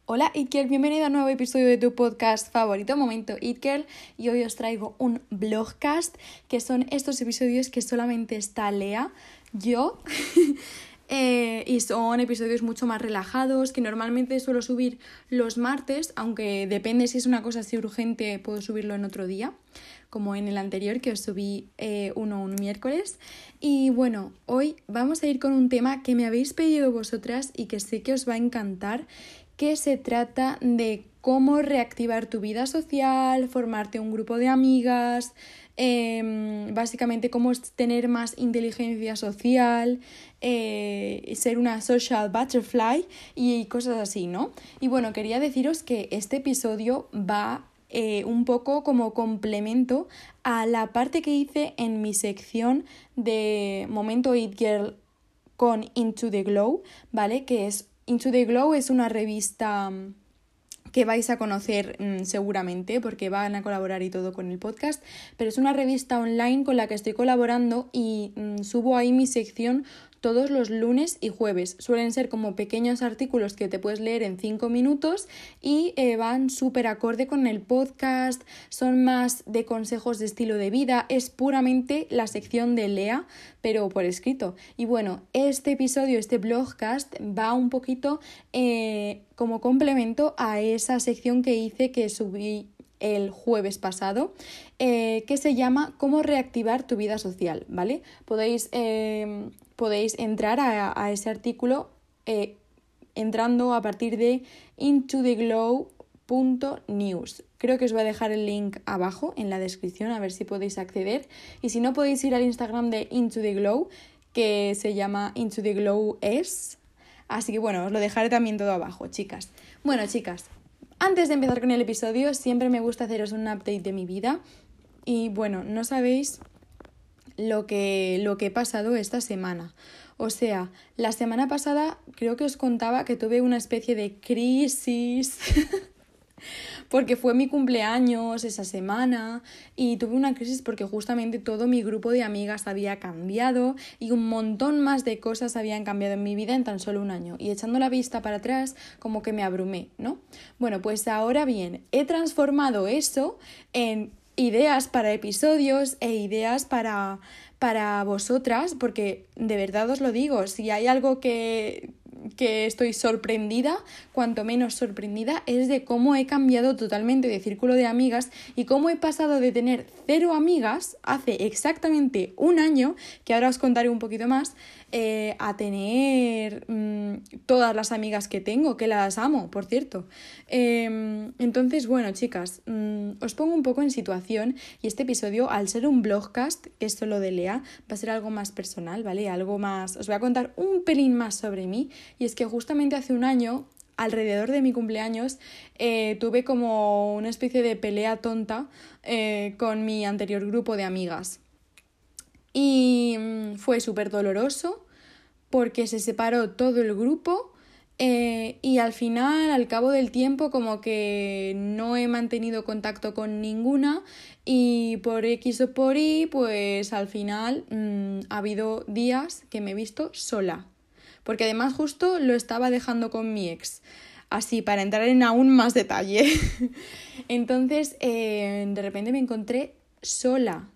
Hola It Girl, bienvenido a un nuevo episodio de tu podcast favorito, Momento It Girl, y hoy os traigo un vlogcast, que son estos episodios que solamente está Lea, yo, y son episodios mucho más relajados, que normalmente suelo subir los martes, aunque depende si es una cosa así urgente, puedo subirlo en otro día, como en el anterior que os subí un miércoles. Y bueno, hoy vamos a ir con un tema que me habéis pedido vosotras y que sé que os va a encantar, que se trata de cómo reactivar tu vida social, formarte un grupo de amigas, básicamente cómo tener más inteligencia social, ser una social butterfly y cosas así, ¿no? Y bueno, quería deciros que este episodio va un poco como complemento a la parte que hice en mi sección de Momento It Girl con Into the Glow, ¿vale? Que es Into the Glow es una revista que vais a conocer seguramente porque van a colaborar y todo con el podcast, pero es una revista online con la que estoy colaborando y subo ahí mi sección todos los lunes y jueves. Suelen ser como pequeños artículos que te puedes leer en 5 minutos y van súper acorde con el podcast, son más de consejos de estilo de vida, es puramente la sección de Lea, pero por escrito. Y bueno, este episodio, este blogcast va un poquito como complemento a esa sección que hice, que subí el jueves pasado, que se llama Cómo reactivar tu vida social, ¿vale? Podéis entrar a ese artículo entrando a partir de intotheglow.news. Creo que os voy a dejar el link abajo en la descripción, a ver si podéis acceder. Y si no, podéis ir al Instagram de Into the Glow, que se llama Into the Glow es. Así que bueno, os lo dejaré también todo abajo, chicas. Bueno, chicas, antes de empezar con el episodio, siempre me gusta haceros un update de mi vida. Y bueno, no sabéis lo que he pasado esta semana. O sea, la semana pasada creo que os contaba que tuve una especie de crisis porque fue mi cumpleaños esa semana y tuve una crisis porque justamente todo mi grupo de amigas había cambiado y un montón más de cosas habían cambiado en mi vida en tan solo un año. Y echando la vista para atrás, como que me abrumé, ¿no? Bueno, pues ahora bien, he transformado eso en ideas para episodios e ideas para vosotras, porque de verdad os lo digo, si hay algo que estoy sorprendida, cuanto menos sorprendida, es de cómo he cambiado totalmente de círculo de amigas y cómo he pasado de tener 0 amigas hace exactamente un año, que ahora os contaré un poquito más, a tener todas las amigas que tengo, que las amo, por cierto. Entonces, bueno, chicas, os pongo un poco en situación y este episodio, al ser un blogcast, que es solo de Lea, va a ser algo más personal, ¿vale? Algo más... Os voy a contar un pelín más sobre mí, y es que justamente hace un año, alrededor de mi cumpleaños, tuve como una especie de pelea tonta con mi anterior grupo de amigas. Y fue súper doloroso porque se separó todo el grupo y al final, al cabo del tiempo, como que no he mantenido contacto con ninguna y por X o por Y, pues al final ha habido días que me he visto sola. Porque además justo lo estaba dejando con mi ex. Así, para entrar en aún más detalle. Entonces, de repente me encontré sola.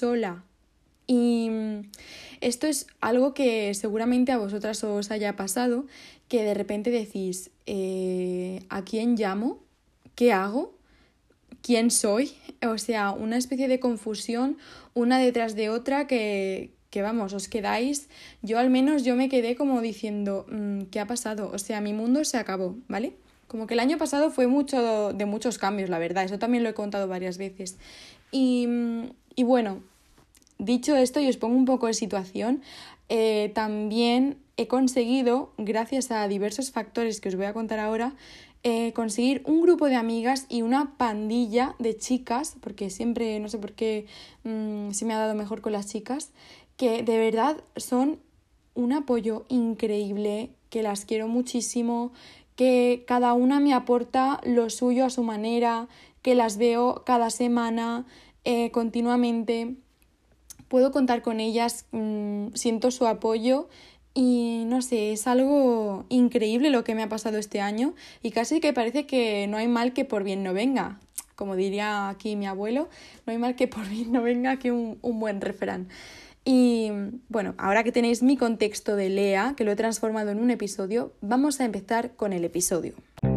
Y esto es algo que seguramente a vosotras os haya pasado, que de repente decís, ¿a quién llamo? ¿Qué hago? ¿Quién soy? O sea, una especie de confusión, una detrás de otra que vamos, os quedáis... Yo al menos me quedé como diciendo, ¿qué ha pasado? O sea, mi mundo se acabó, ¿vale? Como que el año pasado fue de muchos cambios, la verdad. Eso también lo he contado varias veces. Y bueno... Dicho esto, y os pongo un poco de situación, también he conseguido, gracias a diversos factores que os voy a contar ahora, conseguir un grupo de amigas y una pandilla de chicas, porque siempre, no sé por qué, se me ha dado mejor con las chicas, que de verdad son un apoyo increíble, que las quiero muchísimo, que cada una me aporta lo suyo a su manera, que las veo cada semana, continuamente. Puedo contar con ellas, siento su apoyo Y no sé, es algo increíble lo que me ha pasado este año y casi que parece que no hay mal que por bien no venga. Como diría aquí mi abuelo, no hay mal que por bien no venga, que un buen refrán. Y bueno, ahora que tenéis mi contexto de Lea, que lo he transformado en un episodio, vamos a empezar con el episodio.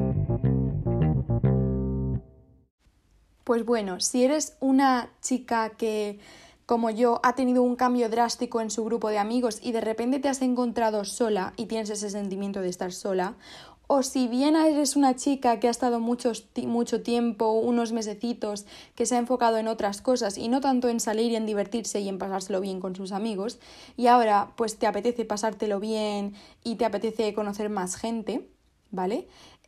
Pues bueno, si eres una chica que, como yo, ha tenido un cambio drástico en su grupo de amigos y de repente te has encontrado sola y tienes ese sentimiento de estar sola, o si bien eres una chica que ha estado mucho tiempo, unos mesecitos, que se ha enfocado en otras cosas y no tanto en salir y en divertirse y en pasárselo bien con sus amigos, y ahora pues te apetece pasártelo bien y te apetece conocer más gente, ¿vale?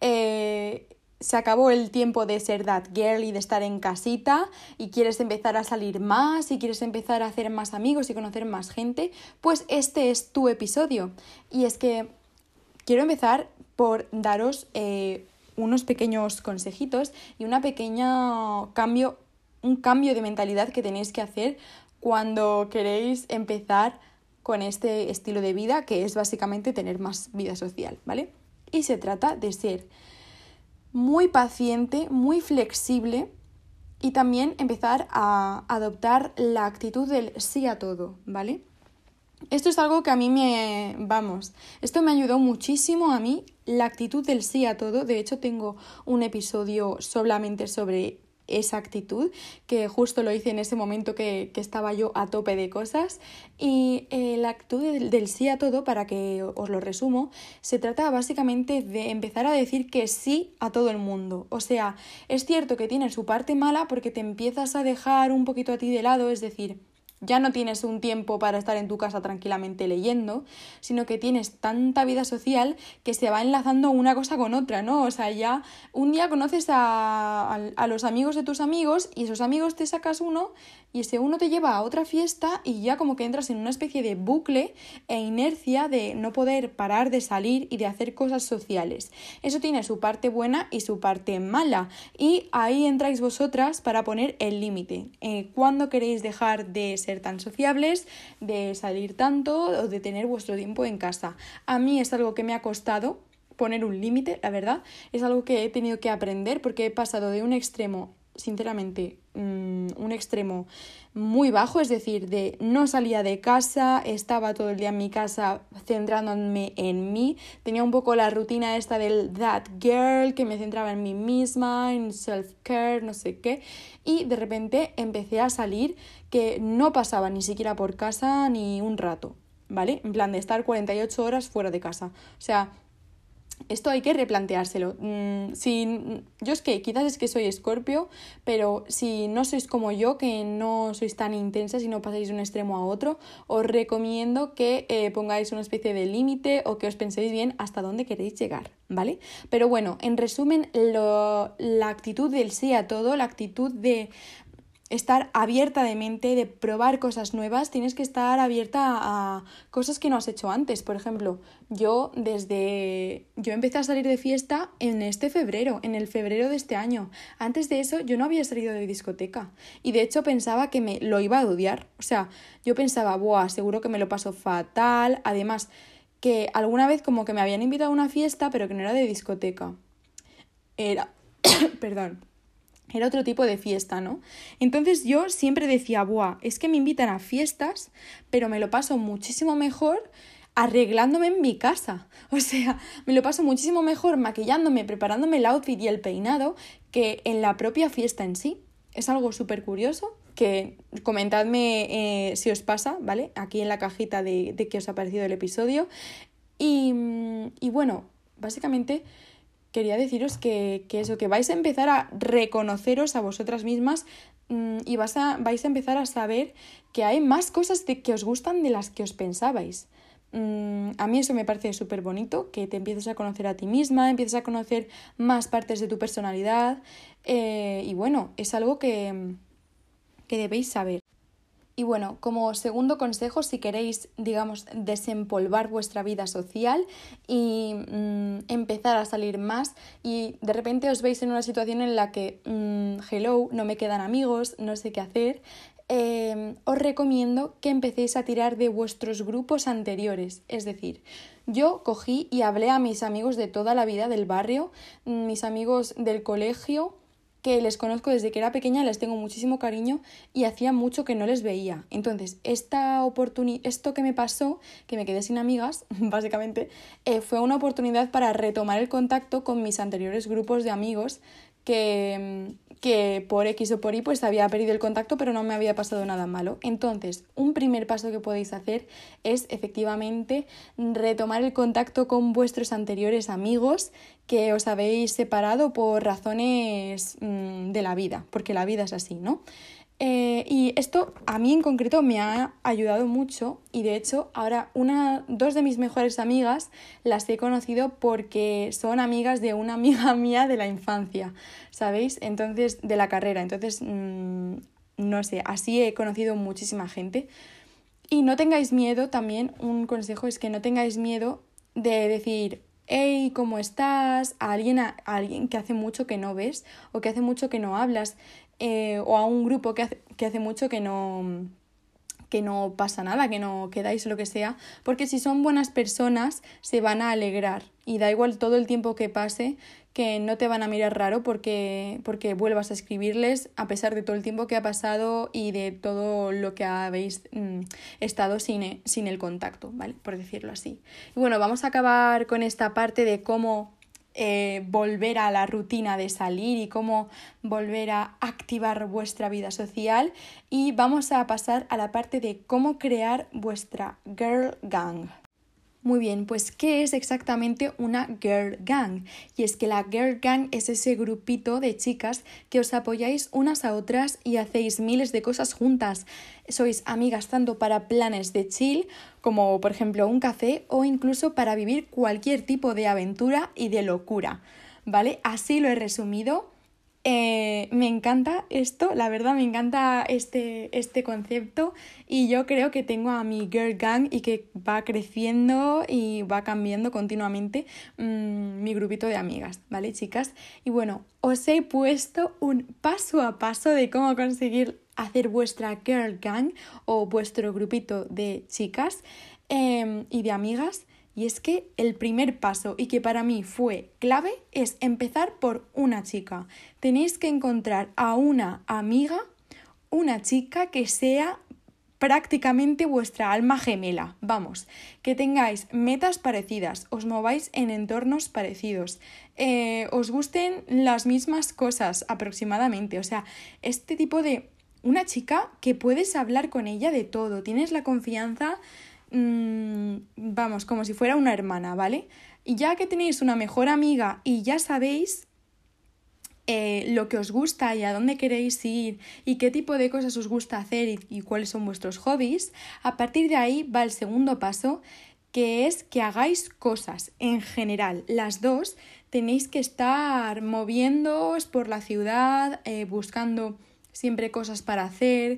Se acabó el tiempo de ser that girl y de estar en casita y quieres empezar a salir más y quieres empezar a hacer más amigos y conocer más gente, pues este es tu episodio. Y es que quiero empezar por daros unos pequeños consejitos y un cambio de mentalidad que tenéis que hacer cuando queréis empezar con este estilo de vida, que es básicamente tener más vida social, ¿vale? Y se trata de ser muy paciente, muy flexible y también empezar a adoptar la actitud del sí a todo, ¿vale? Esto es algo que a mí esto me ayudó muchísimo a mí, la actitud del sí a todo. De hecho, tengo un episodio solamente sobre esa actitud, que justo lo hice en ese momento que estaba yo a tope de cosas. Y la actitud del sí a todo, para que os lo resumo, se trata básicamente de empezar a decir que sí a todo el mundo. O sea, es cierto que tiene su parte mala porque te empiezas a dejar un poquito a ti de lado, es decir, ya no tienes un tiempo para estar en tu casa tranquilamente leyendo, sino que tienes tanta vida social que se va enlazando una cosa con otra, ¿no? O sea, ya un día conoces a los amigos de tus amigos y esos amigos te sacas uno y ese uno te lleva a otra fiesta y ya como que entras en una especie de bucle e inercia de no poder parar de salir y de hacer cosas sociales. Eso tiene su parte buena y su parte mala y ahí entráis vosotras para poner el límite. ¿Cuándo queréis dejar de ser tan sociables, de salir tanto o de tener vuestro tiempo en casa? A mí es algo que me ha costado poner un límite, la verdad. Es algo que he tenido que aprender porque he pasado de un extremo, sinceramente, un extremo muy bajo, es decir, de no salía de casa, estaba todo el día en mi casa centrándome en mí, tenía un poco la rutina esta del that girl, que me centraba en mí misma, en self-care, no sé qué, y de repente empecé a salir que no pasaba ni siquiera por casa ni un rato, ¿vale? En plan de estar 48 horas fuera de casa, o sea, esto hay que replanteárselo. Yo es que quizás es que soy Escorpio, pero si no sois como yo, que no sois tan intensas y no pasáis de un extremo a otro, os recomiendo que pongáis una especie de límite o que os penséis bien hasta dónde queréis llegar, ¿vale? Pero bueno, en resumen, la actitud del sí a todo, la actitud de estar abierta de mente, de probar cosas nuevas, tienes que estar abierta a cosas que no has hecho antes. Por ejemplo, yo empecé a salir de fiesta en en el febrero de este año. Antes de eso yo no había salido de discoteca y de hecho pensaba que me lo iba a odiar. O sea, yo pensaba, buah, seguro que me lo paso fatal. Además, que alguna vez como que me habían invitado a una fiesta, pero que no era de discoteca. Era, perdón. Era otro tipo de fiesta, ¿no? Entonces yo siempre decía, buah, es que me invitan a fiestas, pero me lo paso muchísimo mejor arreglándome en mi casa. O sea, me lo paso muchísimo mejor maquillándome, preparándome el outfit y el peinado que en la propia fiesta en sí. Es algo súper curioso, que comentadme si os pasa, ¿vale? Aquí en la cajita de qué os ha parecido el episodio. Y bueno, básicamente quería deciros que vais a empezar a reconoceros a vosotras mismas y vais a empezar a saber que hay más cosas que os gustan de las que os pensabais. A mí eso me parece súper bonito, que te empieces a conocer a ti misma, empieces a conocer más partes de tu personalidad y bueno, es algo que debéis saber. Y bueno, como segundo consejo, si queréis, digamos, desempolvar vuestra vida social y empezar a salir más y de repente os veis en una situación en la que, hello, no me quedan amigos, no sé qué hacer, os recomiendo que empecéis a tirar de vuestros grupos anteriores. Es decir, yo cogí y hablé a mis amigos de toda la vida del barrio, mis amigos del colegio, que les conozco desde que era pequeña, les tengo muchísimo cariño y hacía mucho que no les veía. Entonces, esto que me pasó, que me quedé sin amigas, básicamente, fue una oportunidad para retomar el contacto con mis anteriores grupos de amigos que por X o por Y pues había perdido el contacto, pero no me había pasado nada malo. Entonces, un primer paso que podéis hacer es efectivamente retomar el contacto con vuestros anteriores amigos que os habéis separado por razones de la vida, porque la vida es así, ¿no? Y esto a mí en concreto me ha ayudado mucho y de hecho ahora dos de mis mejores amigas las he conocido porque son amigas de una amiga mía de la infancia, ¿sabéis? Entonces, de la carrera. Entonces, no sé, así he conocido muchísima gente. Y no tengáis miedo, también un consejo es que no tengáis miedo de decir: hey, ¿cómo estás? A alguien que hace mucho que no ves o que hace mucho que no hablas, o a un grupo que hace mucho que no pasa nada, que no quedáis, lo que sea, porque si son buenas personas se van a alegrar y da igual todo el tiempo que pase, que no te van a mirar raro porque vuelvas a escribirles a pesar de todo el tiempo que ha pasado y de todo lo que habéis estado sin el contacto, ¿vale? Por decirlo así. Y bueno, vamos a acabar con esta parte de cómo volver a la rutina de salir y cómo volver a activar vuestra vida social, y vamos a pasar a la parte de cómo crear vuestra girl gang. Muy bien, pues ¿qué es exactamente una girl gang? Y es que la girl gang es ese grupito de chicas que os apoyáis unas a otras y hacéis miles de cosas juntas. Sois amigas tanto para planes de chill, como por ejemplo un café, o incluso para vivir cualquier tipo de aventura y de locura, ¿vale? Así lo he resumido. Me encanta esto, la verdad me encanta este concepto, y yo creo que tengo a mi girl gang y que va creciendo y va cambiando continuamente mi grupito de amigas, ¿vale, chicas? Y bueno, os he puesto un paso a paso de cómo conseguir hacer vuestra girl gang o vuestro grupito de chicas y de amigas. Y es que el primer paso, y que para mí fue clave, es empezar por una chica. Tenéis que encontrar a una amiga, una chica que sea prácticamente vuestra alma gemela. Vamos, que tengáis metas parecidas, os mováis en entornos parecidos, os gusten las mismas cosas aproximadamente. O sea, este tipo de una chica que puedes hablar con ella de todo, tienes la confianza, vamos, como si fuera una hermana, ¿vale? Y ya que tenéis una mejor amiga y ya sabéis lo que os gusta y a dónde queréis ir y qué tipo de cosas os gusta hacer y cuáles son vuestros hobbies, a partir de ahí va el segundo paso, que es que hagáis cosas en general. Las dos tenéis que estar moviéndoos por la ciudad, buscando siempre cosas para hacer,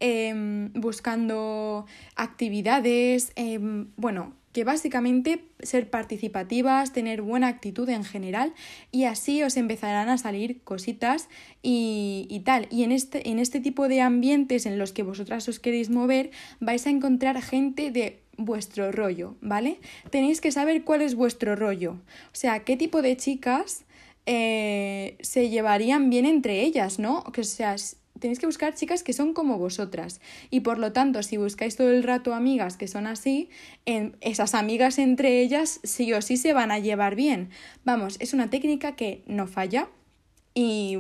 buscando actividades, bueno, que básicamente ser participativas, tener buena actitud en general, y así os empezarán a salir cositas y tal. Y en este tipo de ambientes en los que vosotras os queréis mover, vais a encontrar gente de vuestro rollo, ¿vale? Tenéis que saber cuál es vuestro rollo, o sea, qué tipo de chicas se llevarían bien entre ellas, ¿no? O sea, tenéis que buscar chicas que son como vosotras, y por lo tanto, si buscáis todo el rato amigas que son así, esas amigas entre ellas sí o sí se van a llevar bien. Vamos, es una técnica que no falla y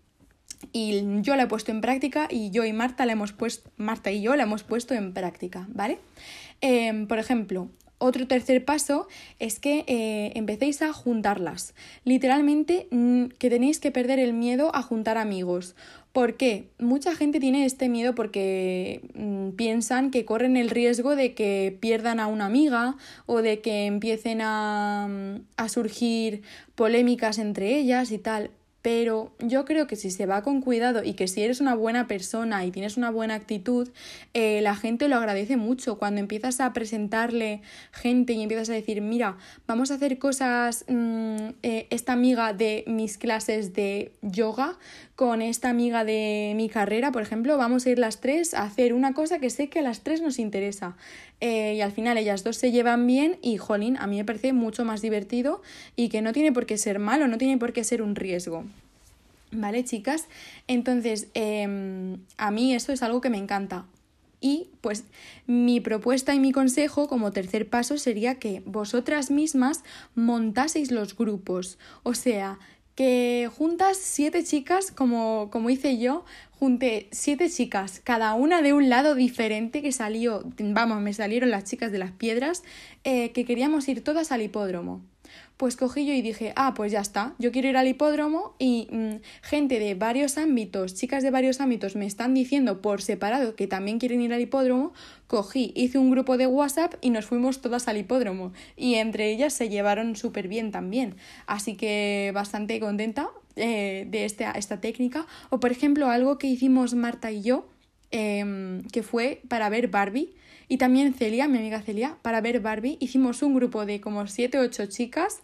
yo la he puesto en práctica, y yo y Marta y yo la hemos puesto en práctica, ¿vale? Por ejemplo, otro tercer paso es que empecéis a juntarlas. Literalmente que tenéis que perder el miedo a juntar amigos. ¿Por qué? Mucha gente tiene este miedo porque piensan que corren el riesgo de que pierdan a una amiga o de que empiecen a surgir polémicas entre ellas y tal. pero yo creo que si se va con cuidado y que si eres una buena persona y tienes una buena actitud, la gente lo agradece mucho. Cuando empiezas a presentarle gente y empiezas a decir, mira, vamos a hacer cosas, esta amiga de mis clases de yoga con esta amiga de mi carrera, por ejemplo, vamos a ir las tres a hacer una cosa que sé que a las tres nos interesa. Y al final ellas dos se llevan bien y, jolín, a mí me parece mucho más divertido y que no tiene por qué ser malo, no tiene por qué ser un riesgo. ¿Vale, chicas? Entonces, a mí eso es algo que me encanta. Y pues mi propuesta y mi consejo como tercer paso sería que vosotras mismas montaseis los grupos. O sea, que juntas 7 chicas, como hice yo, junté 7 chicas, cada una de un lado diferente que salió, me salieron las chicas de las piedras, que queríamos ir todas al hipódromo. Pues cogí yo y dije, pues ya está, yo quiero ir al hipódromo y gente de varios ámbitos, chicas de varios ámbitos me están diciendo por separado que también quieren ir al hipódromo. Cogí, hice un grupo de WhatsApp y nos fuimos todas al hipódromo y entre ellas se llevaron súper bien también, así que bastante contenta de esta técnica. O por ejemplo algo que hicimos Marta y yo, que fue para ver Barbie. Y también Celia, mi amiga Celia, para ver Barbie, hicimos un grupo de como 7 o 8 chicas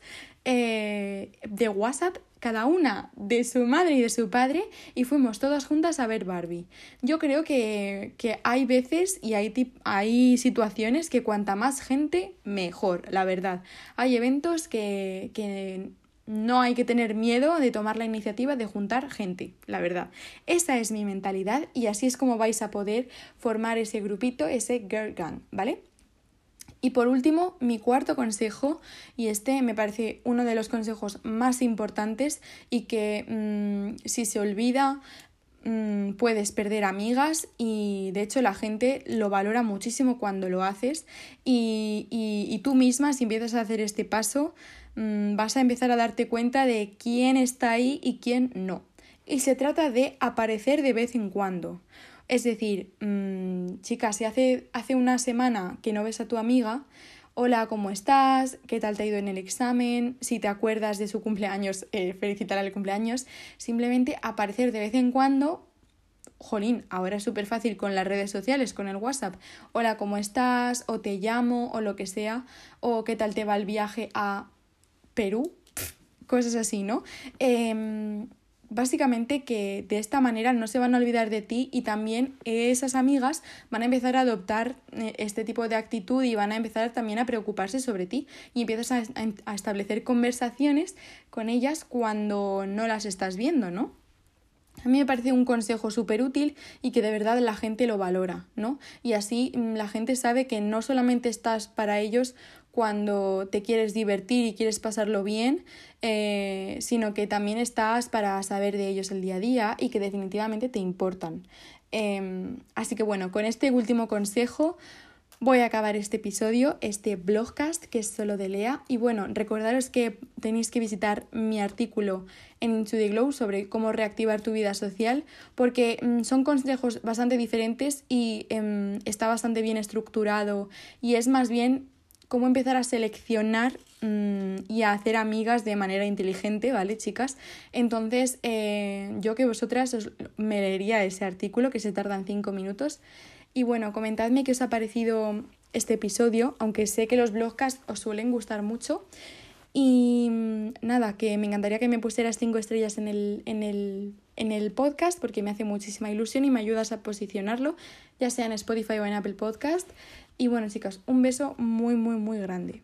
de WhatsApp, cada una de su madre y de su padre, y fuimos todas juntas a ver Barbie. Yo creo que hay veces y hay situaciones que cuanta más gente, mejor, la verdad. Hay eventos que no hay que tener miedo de tomar la iniciativa de juntar gente, la verdad. Esa es mi mentalidad y así es como vais a poder formar ese grupito, ese girl gang, ¿vale? Y por último, mi cuarto consejo, y este me parece uno de los consejos más importantes y que si se olvida puedes perder amigas, y de hecho la gente lo valora muchísimo cuando lo haces y tú misma, si empiezas a hacer este paso, vas a empezar a darte cuenta de quién está ahí y quién no. Y se trata de aparecer de vez en cuando. Es decir, chicas, si hace una semana que no ves a tu amiga, hola, ¿cómo estás? ¿Qué tal te ha ido en el examen? Si te acuerdas de su cumpleaños, felicitar al cumpleaños. Simplemente aparecer de vez en cuando. Jolín, ahora es súper fácil con las redes sociales, con el WhatsApp. Hola, ¿cómo estás? O te llamo, o lo que sea. O ¿qué tal te va el viaje a Perú? Cosas así, ¿no? Básicamente que de esta manera no se van a olvidar de ti y también esas amigas van a empezar a adoptar este tipo de actitud y van a empezar también a preocuparse sobre ti y empiezas a establecer conversaciones con ellas cuando no las estás viendo, ¿no? A mí me parece un consejo súper útil y que de verdad la gente lo valora, ¿no? Y así la gente sabe que no solamente estás para ellos cuando te quieres divertir y quieres pasarlo bien, sino que también estás para saber de ellos el día a día y que definitivamente te importan. Así que bueno, con este último consejo voy a acabar este episodio, este blogcast que es solo de Lea. Y bueno, recordaros que tenéis que visitar mi artículo en Into the Glow sobre cómo reactivar tu vida social, porque son consejos bastante diferentes y está bastante bien estructurado y es más bien cómo empezar a seleccionar y a hacer amigas de manera inteligente, ¿vale, chicas? Entonces, yo que vosotras me leería ese artículo que se tarda en 5 minutos. Y bueno, comentadme qué os ha parecido este episodio, aunque sé que los blogcasts os suelen gustar mucho. Y nada, que me encantaría que me pusieras 5 estrellas en el podcast, porque me hace muchísima ilusión y me ayudas a posicionarlo, ya sea en Spotify o en Apple Podcast. Y bueno, chicas, un beso muy, muy, muy grande.